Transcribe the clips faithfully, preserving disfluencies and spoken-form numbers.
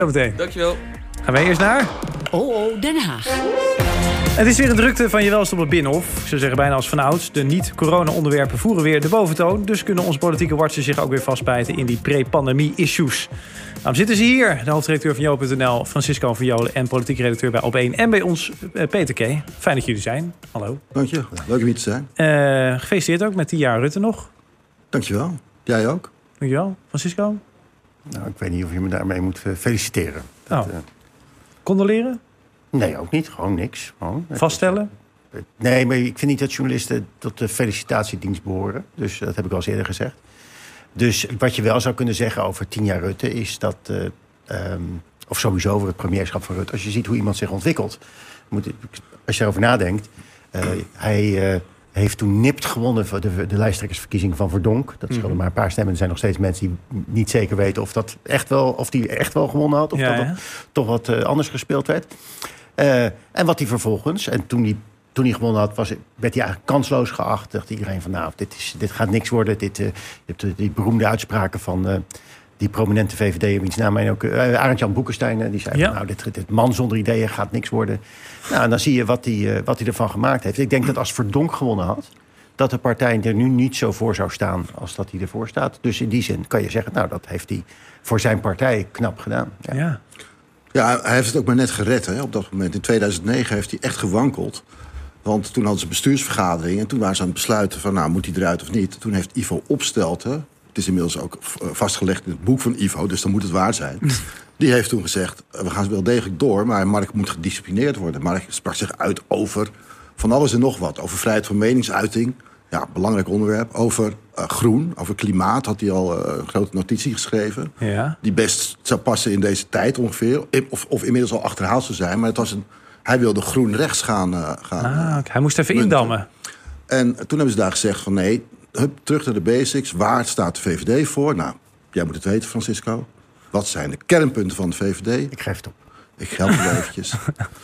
Meteen. Dankjewel. Gaan wij eerst naar? O O Den Haag. Het is weer een drukte van je welst op het Binnenhof. Ik zou zeggen bijna als vanouds. De niet-corona-onderwerpen voeren weer de boventoon. Dus kunnen onze politieke watchers zich ook weer vastbijten in die pre-pandemie-issues. Daarom zitten ze hier. De hoofdredacteur van Jo punt N L, Francisco van Jolen... en politiek redacteur bij Op één. En bij ons, uh, Peter K. Fijn dat jullie zijn. Hallo. Dank je. Leuk om hier te zijn. Uh, gefeliciteerd ook met tien jaar Rutte nog. Dank je wel. Jij ook. Dank je wel. Francisco? Nou, ik weet niet of je me daarmee moet uh, feliciteren. Dat, oh. uh... Condoleren? Nee, ook niet. Gewoon niks. Gewoon. Vaststellen? Nee, maar ik vind niet dat journalisten tot de felicitatiedienst behoren. Dus dat heb ik al eens eerder gezegd. Dus wat je wel zou kunnen zeggen over tien jaar Rutte is dat... Uh, um, of sowieso over het premierschap van Rutte. Als je ziet hoe iemand zich ontwikkelt. Moet, als je daarover nadenkt. Uh, hij uh, heeft toen nipt gewonnen voor de, de lijsttrekkersverkiezing van Verdonk. Dat scheelde maar een paar stemmen. Er zijn nog steeds mensen die niet zeker weten of dat echt wel, of die echt wel gewonnen had. Of ja, dat ja. het toch wat uh, anders gespeeld werd. Uh, en wat hij vervolgens, en toen hij, toen hij gewonnen had, was, werd hij eigenlijk kansloos geacht. Dacht iedereen van, nou, dit, is, dit gaat niks worden. Dit, uh, je hebt uh, die beroemde uitspraken van uh, die prominente V V D'er, wiens naam mij ook, uh, Arend-Jan Boekenstein, uh, die zei, ja. van, nou, dit, dit man zonder ideeën gaat niks worden. Nou, en dan zie je wat hij, uh, wat hij ervan gemaakt heeft. Ik denk dat als Verdonk gewonnen had, dat de partij er nu niet zo voor zou staan als dat hij ervoor staat. Dus in die zin kan je zeggen, nou, dat heeft hij voor zijn partij knap gedaan. Ja. ja. Ja, hij heeft het ook maar net gered, hè, op dat moment. In tweeduizend negen heeft hij echt gewankeld. Want toen hadden ze een bestuursvergadering... en toen waren ze aan het besluiten van, nou, moet hij eruit of niet. Toen heeft Ivo Opstelten... het is inmiddels ook vastgelegd in het boek van Ivo... dus dan moet het waar zijn. Die heeft toen gezegd, we gaan wel degelijk door... maar Mark moet gedisciplineerd worden. Mark sprak zich uit over van alles en nog wat. Over vrijheid van meningsuiting... Ja, belangrijk onderwerp. Over uh, groen, over klimaat had hij al uh, een grote notitie geschreven. Ja. Die best zou passen in deze tijd ongeveer. Of, of inmiddels al achterhaald zou zijn. Maar het was een, hij wilde groen rechts gaan. Uh, gaan ah, uh, okay. Hij moest even munten. Indammen. En toen hebben ze daar gezegd van nee, hup, terug naar de basics. Waar staat de V V D voor? Nou, jij moet het weten, Francisco. Wat zijn de kernpunten van de V V D? Ik geef het op. Ik help je eventjes.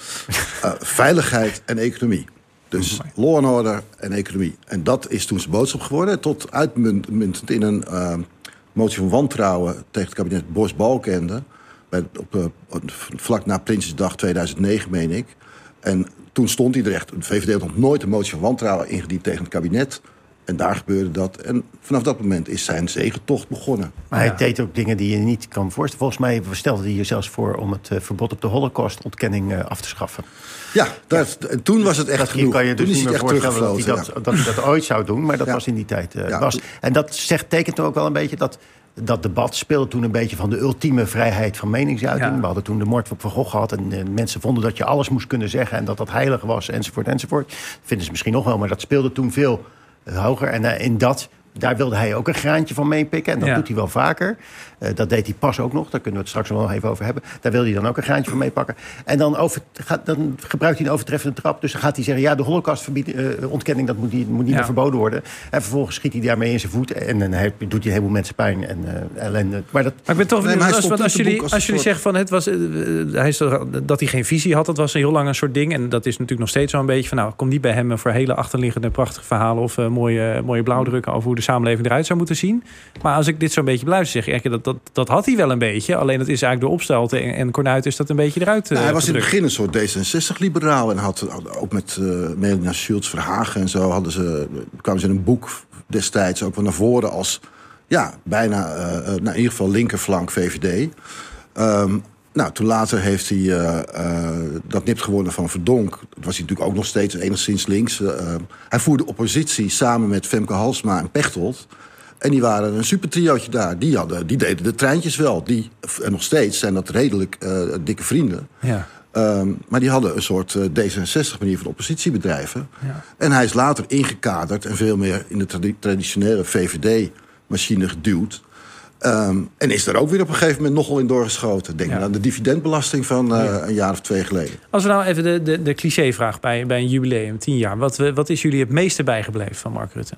Uh, veiligheid en economie. Dus law and order en economie. En dat is toen zijn boodschap geworden. Tot uitmuntend in een uh, motie van wantrouwen tegen het kabinet Bos-Balkenende. Bij, op, uh, vlak na Prinsjesdag tweeduizend negen, meen ik. En toen stond hij er echt. De V V D had nog nooit een motie van wantrouwen ingediend tegen het kabinet. En daar gebeurde dat. En vanaf dat moment is zijn zegentocht begonnen. Maar hij ja. deed ook dingen die je niet kan voorstellen. Volgens mij stelde hij je zelfs voor om het uh, verbod op de Holocaust-ontkenning uh, af te schaffen. Ja, dat, ja. En toen was het echt dat genoeg. Kan je dus toen is niet hij meer echt voorstellen dat hij dat, ja. dat hij dat ooit zou doen. Maar dat ja. was in die tijd. Uh, ja. was. En dat zegt, tekent ook wel een beetje dat... Dat debat speelde toen een beetje van de ultieme vrijheid van meningsuiting. Ja. We hadden toen de moord op Van Gogh gehad. En uh, mensen vonden dat je alles moest kunnen zeggen. En dat dat heilig was, enzovoort, enzovoort. Dat vinden ze misschien nog wel, maar dat speelde toen veel uh, hoger. En uh, in dat... Daar wilde hij ook een graantje van meepikken. En dat ja. doet hij wel vaker. Uh, dat deed hij pas ook nog. Daar kunnen we het straks nog even over hebben. Daar wilde hij dan ook een graantje van meepakken. En dan, over, gaat, dan gebruikt hij een overtreffende trap. Dus dan gaat hij zeggen... ja, de Holocaust-ontkenning, uh, dat moet niet, moet niet ja. meer verboden worden. En vervolgens schiet hij daarmee in zijn voet. En dan hij, doet hij een heleboel mensen pijn en uh, ellende. Maar, dat, maar ik ben toch nee, benieuwd... Als, als, als jullie, als jullie zeggen van het was, uh, hij is, dat hij geen visie had... dat was een heel lang een soort ding. En dat is natuurlijk nog steeds zo'n beetje van... nou, kom niet bij hem voor hele achterliggende prachtige verhalen... of uh, mooie, mooie blauwdrukken over hoe de samenleving eruit zou moeten zien. Maar als ik dit zo'n beetje beluister, zeg ik... Dat, dat, dat had hij wel een beetje. Alleen dat is eigenlijk door Opstelten en, en Kornuit is dat een beetje eruit uh, nou, Hij was gedrukt. in het begin een soort D zesenzestig-liberaal... en had, had ook met uh, Melina Schultz Verhagen en zo... Hadden ze, kwamen ze in een boek destijds ook wel naar voren als... ja, bijna, uh, nou, in ieder geval linkerflank V V D... Um, Nou, toen later heeft hij uh, uh, dat nipt gewonnen van Verdonk. Dat was hij natuurlijk ook nog steeds enigszins links. Uh, hij voerde oppositie samen met Femke Halsema en Pechtold. En die waren een supertriootje daar. Die, hadden, die deden de treintjes wel. Die, en nog steeds zijn dat redelijk uh, dikke vrienden. Ja. Um, maar die hadden een soort uh, D zesenzestig-manier van oppositie bedrijven. Ja. En hij is later ingekaderd en veel meer in de tradi- traditionele V V D-machine geduwd. Um, en is er ook weer op een gegeven moment nogal in doorgeschoten. Denk maar ja. aan de dividendbelasting van uh, ja. een jaar of twee geleden. Als we nou even de, de, de clichévraag bij, bij een jubileum, tien jaar. Wat, wat is jullie het meeste bijgebleven van Mark Rutte?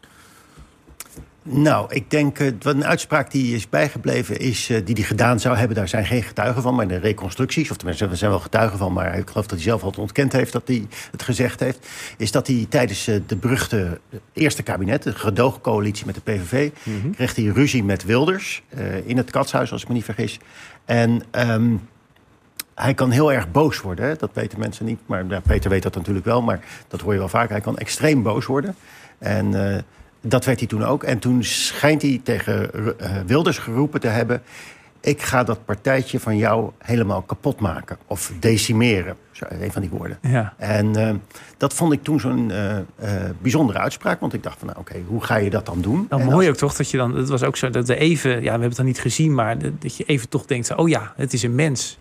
Nou, ik denk, uh, wat een uitspraak die is bijgebleven is... Uh, die hij gedaan zou hebben, daar zijn geen getuigen van... maar de reconstructies, of tenminste, er zijn wel getuigen van... maar ik geloof dat hij zelf al ontkend heeft dat hij het gezegd heeft... is dat hij tijdens uh, de beruchte eerste kabinet... de gedoogcoalitie met de P V V... Mm-hmm. kreeg hij ruzie met Wilders uh, in het Katshuis, als ik me niet vergis... En um, hij kan heel erg boos worden. Hè? Dat weten mensen niet. Maar ja, Peter weet dat natuurlijk wel. Maar dat hoor je wel vaak. Hij kan extreem boos worden. En uh, dat werd hij toen ook. En toen schijnt hij tegen uh, Wilders geroepen te hebben... ik ga dat partijtje van jou helemaal kapot maken. Of decimeren. Zo, een van die woorden. Ja. En uh, dat vond ik toen zo'n uh, uh, bijzondere uitspraak. Want ik dacht van, nou oké, okay, hoe ga je dat dan doen? Nou, mooi als... ook toch dat je dan... Het was ook zo dat we even... Ja, we hebben het dan niet gezien. Maar dat je even toch denkt... Oh ja, het is een mens.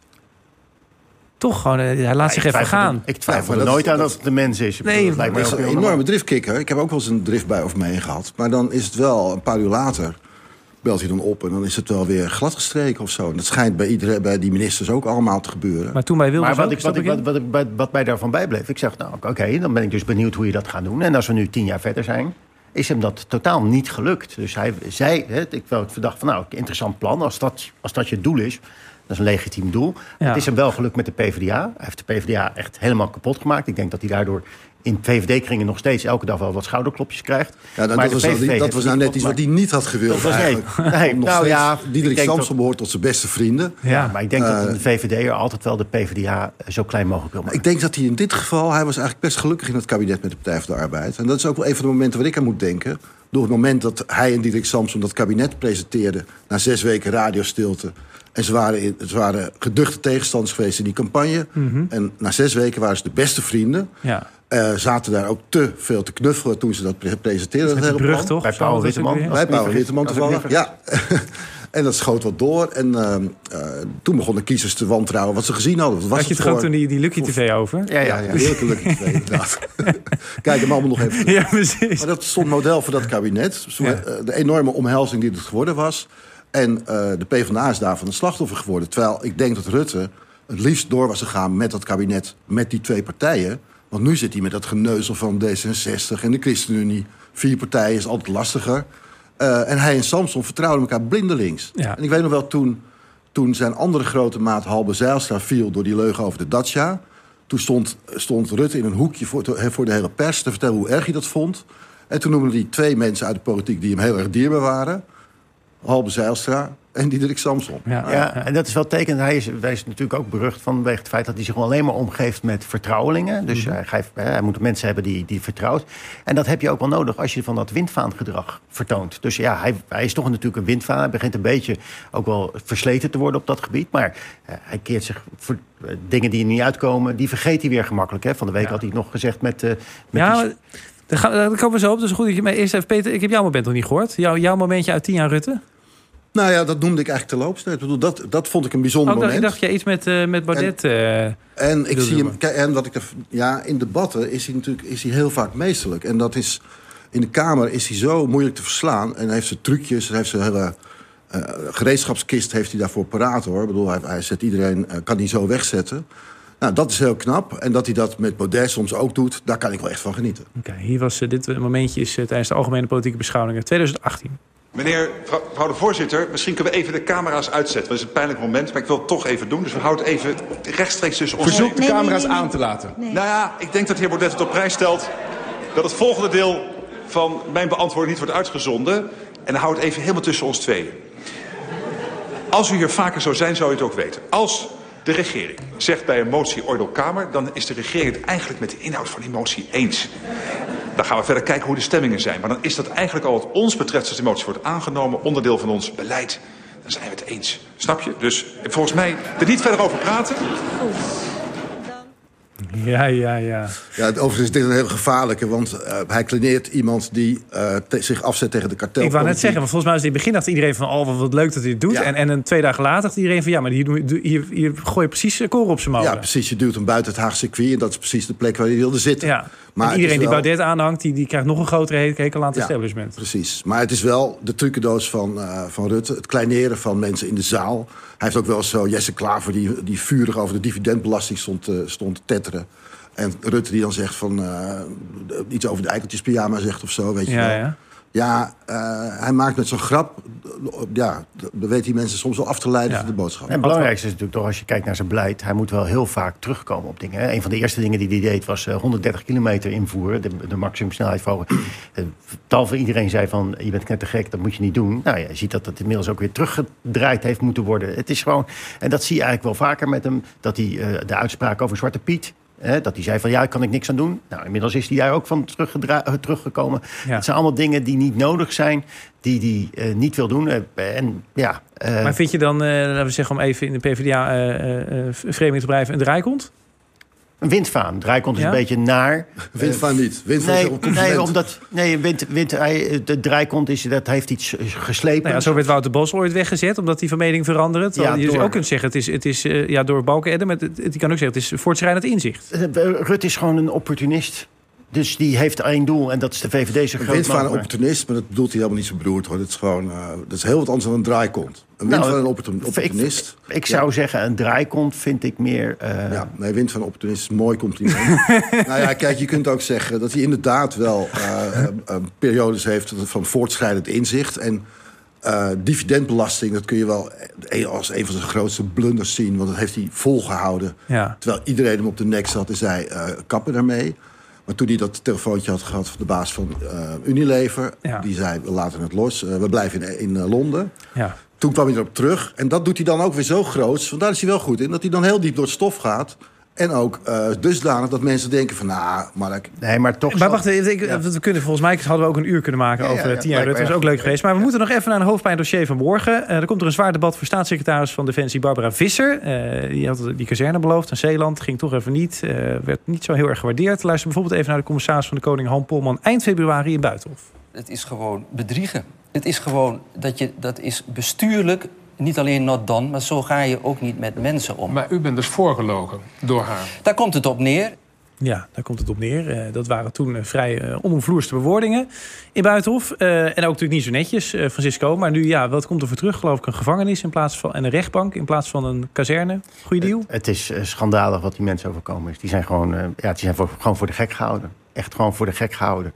Toch gewoon, hij laat ja, zich even gaan. Ik twijfel ja, er nooit dat, aan dat het een mens is. Nee, het lijkt me een enorme driftkikker. Ik heb ook wel eens een drift bij of mee gehad. Maar dan is het wel een paar uur later... belt hij dan op en dan is het wel weer gladgestreken of zo. En dat schijnt bij, iedereen, bij die ministers ook allemaal te gebeuren. Maar toen bij Wilders maar wat, ik, wat, ik, wat, wat, wat, wat mij daarvan bijbleef... ik zeg, nou oké, okay, dan ben ik dus benieuwd hoe je dat gaat doen. En als we nu tien jaar verder zijn... is hem dat totaal niet gelukt. Dus hij zei, hè, ik verdacht van, nou, interessant plan. Als dat, als dat je doel is... Dat is een legitiem doel. Ja. Het is hem wel gelukt met de PvdA. Hij heeft de PvdA echt helemaal kapot gemaakt. Ik denk dat hij daardoor in V V D-kringen nog steeds elke dag wel wat schouderklopjes krijgt. Ja, dan, maar dat, was, die, dat was nou net iets wat hij niet had gewild. Dat was, nee, nee, nou ja, Diederik Samsom behoort tot zijn beste vrienden. Ja, ja, maar ik denk uh, dat een V V D'er altijd wel de PvdA zo klein mogelijk wil maken. Ik denk dat hij in dit geval, hij was eigenlijk best gelukkig in het kabinet met de Partij van de Arbeid. En dat is ook wel een van de momenten waar ik aan moet denken. Door het moment dat hij en Diederik Samsom dat kabinet presenteerden... na zes weken radiostilte... En ze waren, ze waren geduchte tegenstanders geweest in die campagne. Mm-hmm. En na zes weken waren ze de beste vrienden. Ja. Uh, zaten daar ook te veel te knuffelen toen ze dat pre- presenteerden. Dat hele brug, plan. Toch? Bij Paul Witteman. Bij Paul Witteman toevallig, ja. En dat schoot wat door. En uh, uh, toen begonnen kiezers te wantrouwen wat ze gezien hadden. Wat was Had je het toch ook toen die, die Lucky T V over? Ja, ja, ja, heerlijke Lucky T V, inderdaad. Kijk hem allemaal nog even. Ja, precies. Maar dat stond model voor dat kabinet. Ja. Uh, de enorme omhelzing die het geworden was... En uh, de PvdA is daarvan een slachtoffer geworden. Terwijl ik denk dat Rutte het liefst door was gegaan met dat kabinet... met die twee partijen. Want nu zit hij met dat geneuzel van D zesenzestig en de ChristenUnie. Vier partijen is altijd lastiger. Uh, en hij en Samson vertrouwden elkaar blindelings. Ja. En ik weet nog wel, toen, toen zijn andere grote maat Halbe Zijlstra viel... door die leugen over de Dacia... toen stond, stond Rutte in een hoekje voor, te, voor de hele pers... te vertellen hoe erg hij dat vond. En toen noemde hij twee mensen uit de politiek die hem heel erg dierbaar waren... Halbe Zijlstra en Diederik Samsom. Ja, ja, en dat is wel tekend. Hij is, hij is natuurlijk ook berucht vanwege het feit... dat hij zich alleen maar omgeeft met vertrouwelingen. Dus mm-hmm. hij, geeft, hij moet mensen hebben die, die vertrouwt. En dat heb je ook wel nodig als je van dat windvaangedrag vertoont. Dus ja, hij, hij is toch natuurlijk een windvaan. Hij begint een beetje ook wel versleten te worden op dat gebied. Maar uh, hij keert zich voor uh, dingen die er niet uitkomen... die vergeet hij weer gemakkelijk. Hè. Van de week ja. had hij het nog gezegd met... Uh, met ja, die... Daar, gaan, daar komen we zo op. Dus goed dat je mij eerst even... Peter, ik heb jouw moment nog niet gehoord. Jouw, jouw momentje uit tien jaar Rutte? Nou ja, dat noemde ik eigenlijk terloops. Ik bedoel, dat, dat vond ik een bijzonder oh, moment. Ik dacht, je iets met, uh, met Baudet... En, uh, en ik zie hem... En wat ik... Ja, in debatten is hij natuurlijk is hij heel vaak meesterlijk. En dat is... In de Kamer is hij zo moeilijk te verslaan. En hij heeft zijn trucjes. Hij heeft zijn hele uh, gereedschapskist heeft hij daarvoor paraat, hoor. Ik bedoel, hij, hij zet iedereen... Uh, kan hij zo wegzetten. Nou, dat is heel knap. En dat hij dat met Baudet soms ook doet... daar kan ik wel echt van genieten. Oké, okay, hier was uh, dit momentje is, uh, tijdens de Algemene Politieke Beschouwingen twintig achttien. Meneer, mevrouw de voorzitter, misschien kunnen we even de camera's uitzetten. Dat is een pijnlijk moment, maar ik wil het toch even doen. Dus we houden het even rechtstreeks tussen ons. Verzoek de nee, camera's nee, nee, nee. aan te laten. Nee. Nou ja, ik denk dat de heer Baudet het op prijs stelt... dat het volgende deel van mijn beantwoording niet wordt uitgezonden. En dan houd het even helemaal tussen ons tweeën. Als u hier vaker zou zijn, zou u het ook weten. Als de regering zegt bij een motie Oordeel Kamer... dan is de regering het eigenlijk met de inhoud van die motie eens. Dan gaan we verder kijken hoe de stemmingen zijn. Maar dan is dat eigenlijk al wat ons betreft... als de motie wordt aangenomen, onderdeel van ons beleid. Dan zijn we het eens. Snap je? Dus volgens mij er niet verder over praten. Ja, ja, ja. Ja, overigens is dit een heel gevaarlijke, want uh, hij kleineert iemand die uh, te, zich afzet tegen de kartelpolitiek. Ik wou net zeggen, want volgens mij is in het begin dacht iedereen van... oh, wat leuk dat hij het doet. Ja. En, en een twee dagen later dacht iedereen van... ja, maar hier, hier, hier gooi je precies koren op zijn molen. Ja, precies. Je duwt hem buiten het Haagse circuit... en dat is precies de plek waar hij wilde zitten. Ja. Maar en iedereen wel... die Baudet aanhangt, die, die krijgt nog een grotere hekel aan het ja, establishment. Precies. Maar het is wel de trucendoos van, uh, van Rutte. Het kleineren van mensen in de zaal. Hij heeft ook wel zo Jesse Klaver... die, die vurig over de dividendbelasting stond, uh, stond te tetteren. En Rutte die dan zegt van... Uh, iets over de eikeltjespyjama zegt of zo, weet je ja, wel. Ja. Ja, uh, hij maakt met zo'n grap... Ja, dan weet die mensen soms wel af te leiden ja. van de boodschap. En het belangrijkste is natuurlijk toch, als je kijkt naar zijn beleid... hij moet wel heel vaak terugkomen op dingen. Hè. Een van de eerste dingen die hij deed was uh, honderddertig kilometer invoeren. De, de maximumsnelheid verhogen. Tal van iedereen zei van, je bent net te gek, dat moet je niet doen. Nou ja, je ziet dat het inmiddels ook weer teruggedraaid heeft moeten worden. Het is gewoon, en dat zie je eigenlijk wel vaker met hem... dat hij uh, de uitspraak over Zwarte Piet... He, dat hij zei van, ja, daar kan ik niks aan doen. Nou, inmiddels is hij daar ook van teruggekomen. Ja. Het zijn allemaal dingen die niet nodig zijn... die hij uh, niet wil doen. Uh, en, ja, uh, maar vind je dan, uh, laten we zeggen... om even in de P v d A uh, uh, framing te blijven... een draaikont? Een windvaan. Draaikont is ja? een beetje naar. Windvaan niet. Windvaan nee, is op nee, omdat nee, wind, wind, hij, de draaikont is dat heeft iets geslepen. Nou ja, zo werd Wouter Bos ooit weggezet, omdat hij van mening verandert. Ja, je door... ook kunt zeggen, het is, het is uh, ja, door Balkenende, maar het, het, je kan ook zeggen, het is voortschrijdend inzicht. Rutte is gewoon een opportunist. Dus die heeft één doel en dat is de V V D zijn groot. Een wind van een opportunist, maar dat bedoelt hij helemaal niet zo beroerd hoor. Dat is gewoon, uh, dat is heel wat anders dan een draaikont. Een wind nou, van een opportunist. Ik, ik zou ja. zeggen, een draaikont vind ik meer... Uh... Ja, nee, wind van een opportunist is een mooi compliment. Nou ja, kijk, je kunt ook zeggen dat hij inderdaad wel uh, uh, periodes heeft van voortschrijdend inzicht. En uh, dividendbelasting, dat kun je wel als een van zijn grootste blunders zien. Want dat heeft hij volgehouden. Ja. Terwijl iedereen hem op de nek zat en zei, uh, kappen daarmee. Maar toen hij dat telefoontje had gehad van de baas van uh, Unilever... Ja. die zei, we laten het los, uh, we blijven in, in uh, Londen. Ja. Toen kwam hij erop terug. En dat doet hij dan ook weer zo groot, want daar is hij wel goed in... dat hij dan heel diep door het stof gaat... En ook uh, dusdanig dat mensen denken van, nou, Mark... Nee, maar toch... Maar wacht, ik, ja. we kunnen, volgens mij hadden we ook een uur kunnen maken... Ja, over ja, ja, tien jaar Rutte. Dat is ook leuk geweest. Maar we moeten nog even naar een hoofdpijndossier van morgen. Uh, er komt er een zwaar debat voor staatssecretaris van Defensie Barbara Visser. Uh, die had die kazerne beloofd aan Zeeland. Ging toch even niet. Uh, werd niet zo heel erg gewaardeerd. Luister bijvoorbeeld even naar de commissaris van de Koning Han Polman... eind februari in Buitenhof. Het is gewoon bedriegen. Het is gewoon, dat je, dat is bestuurlijk... Niet alleen not done, maar zo ga je ook niet met mensen om. Maar u bent dus voorgelogen door haar. Daar komt het op neer. Ja, daar komt het op neer. Uh, dat waren toen uh, vrij uh, onomvloerste bewoordingen in Buitenhof. Uh, en ook natuurlijk niet zo netjes, uh, Francisco. Maar nu, ja, wat komt er voor terug? Geloof ik een gevangenis in plaats van, en een rechtbank in plaats van een kazerne. Goeie deal? Het, het is uh, schandalig wat die mensen overkomen is. Die zijn gewoon, uh, ja, die zijn voor, gewoon voor de gek gehouden. Echt gewoon voor de gek gehouden.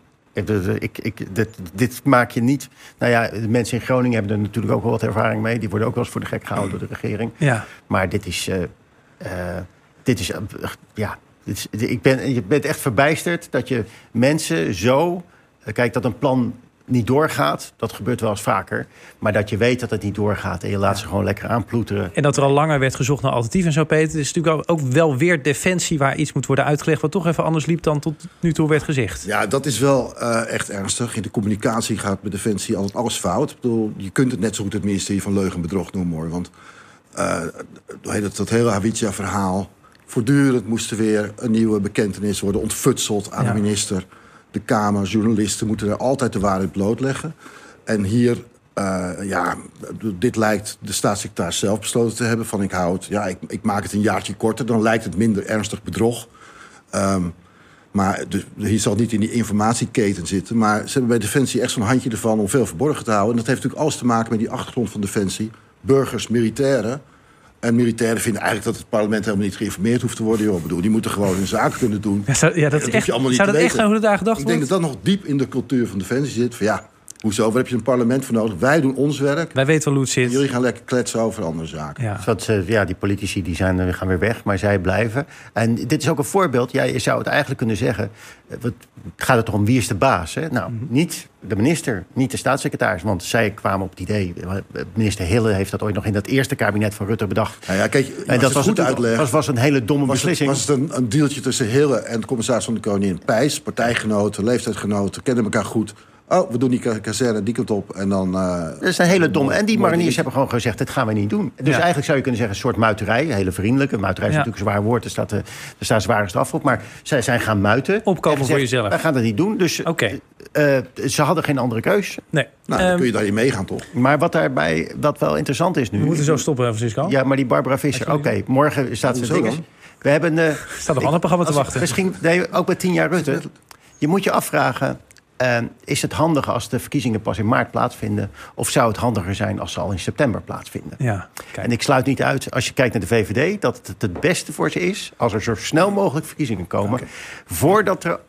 Ik, ik, dit, dit maak je niet... Nou ja, de mensen in Groningen hebben er natuurlijk ook wel wat ervaring mee. Die worden ook wel eens voor de gek gehouden door de regering. Ja. Maar dit is... Uh, uh, dit is uh, ja, dit is, ik ben, je bent echt verbijsterd dat je mensen zo... Uh, kijk, dat een plan niet doorgaat, dat gebeurt wel eens vaker. Maar dat je weet dat het niet doorgaat en je laat ja. ze gewoon lekker aanploeteren. En dat er al langer werd gezocht naar alternatief en zo, Peter. Het is natuurlijk ook wel weer Defensie waar iets moet worden uitgelegd... wat toch even anders liep dan tot nu toe werd gezegd. Ja, dat is wel uh, echt ernstig. In de communicatie gaat bij Defensie altijd alles fout. Ik bedoel, je kunt het net zo goed het ministerie van Leugen en Bedrog noemen, hoor. Want uh, dat, dat hele Hawija-verhaal... voortdurend moest er weer een nieuwe bekentenis worden ontfutseld aan ja. de minister... De Kamer, journalisten moeten er altijd de waarheid blootleggen. En hier, uh, ja, dit lijkt de staatssecretaris zelf besloten te hebben... van ik houd, ja, ik, ik maak het een jaartje korter... dan lijkt het minder ernstig bedrog. Um, maar de, hier zal het niet in die informatieketen zitten... maar ze hebben bij Defensie echt zo'n handje ervan om veel verborgen te houden. En dat heeft natuurlijk alles te maken met die achtergrond van Defensie. Burgers, militairen... En militairen vinden eigenlijk dat het parlement helemaal niet geïnformeerd hoeft te worden. Joh, bedoel, die moeten gewoon hun zaken kunnen doen. Ja, zou, ja, dat, dat is echt, je allemaal niet zou dat echt zijn hoe het daar gedacht wordt? Ik denk dat dat nog diep in de cultuur van Defensie zit. Van ja, hoezo, waar heb je een parlement voor nodig? Wij doen ons werk. Wij weten wel hoe het zit. En jullie gaan lekker kletsen over andere zaken. Ja, Zodat, ja die politici die zijn, gaan weer weg, maar zij blijven. En dit is ook een voorbeeld. Ja, je zou het eigenlijk kunnen zeggen... Wat, gaat het toch om wie is de baas? Hè? Nou, mm-hmm. niet de minister, niet de staatssecretaris. Want zij kwamen op het idee... Minister Hille heeft dat ooit nog in dat eerste kabinet van Rutte bedacht. Nou ja, kijk, en dat was, goed het, was, was een hele domme was beslissing. Het, was het een, een dealtje tussen Hille en de commissaris van de Koningin Pijs? Partijgenoten, leeftijdsgenoten, kennen elkaar goed... Oh, we doen die kazerne die kant op en dan... Uh, dat is een hele domme... En die mariniers hebben gewoon gezegd, dit gaan we niet doen. Dus ja. eigenlijk zou je kunnen zeggen, een soort muiterij. Een hele vriendelijke. Muiterij is ja. natuurlijk een zwaar woord. Er staat, er staat zware straf op. Maar zij zijn gaan muiten. Opkomen gezegd, voor jezelf. Wij gaan dat niet doen. Dus okay. uh, ze hadden geen andere keus. Nee. Nou, dan um, kun je daarin meegaan, toch? Maar wat daarbij, wat wel interessant is nu... We moeten zo stoppen, Francisco. Ja, maar die Barbara Visser. Oké, okay, morgen staat ze dingen. We hebben... Uh, staat nog een ander programma te wachten. Misschien, nee, ook bij tien jaar Rutte. Je moet je afvragen... Uh, is het handiger als de verkiezingen pas in maart plaatsvinden... of zou het handiger zijn als ze al in september plaatsvinden? Ja, en ik sluit niet uit, als je kijkt naar de V V D... dat het het beste voor ze is als er zo snel mogelijk verkiezingen komen... Okay. voordat er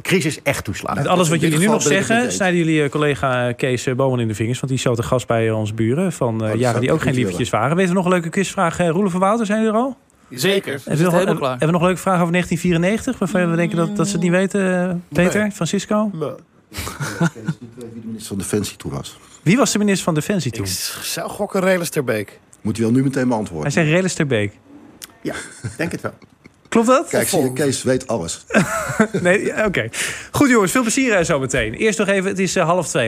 crisis echt toeslaat. Met alles wat In dit jullie nu geval nog ben ik het zeggen, niet snijden jullie uh, collega Kees uh, Boman in de vingers. Want die is zo te gast bij uh, onze buren van uh, dat jaren zou die ik ook geen niet lievertjes waren. Weten we nog een leuke quizvraag? Uh, Roelof van Wouter, zijn jullie er al? Zeker. Hebben we, nog, hebben, hebben we nog een leuke vraag over negentien vierennegentig? Waarvan we denken dat, dat ze het niet weten, uh, Peter, Nee. Francisco? Nee. Wie de minister van Defensie toen was. Wie was de minister van Defensie toen? Ik zou gokken Relus ter Beek. Moet hij wel nu meteen Hij beantwoorden. zei Relus ter Beek. Ja, denk het wel. Klopt dat? Kijk, zie je, Kees weet alles. Nee, oké. Okay. Goed jongens, veel plezier uh, zo meteen. Eerst nog even, het is uh, half twee.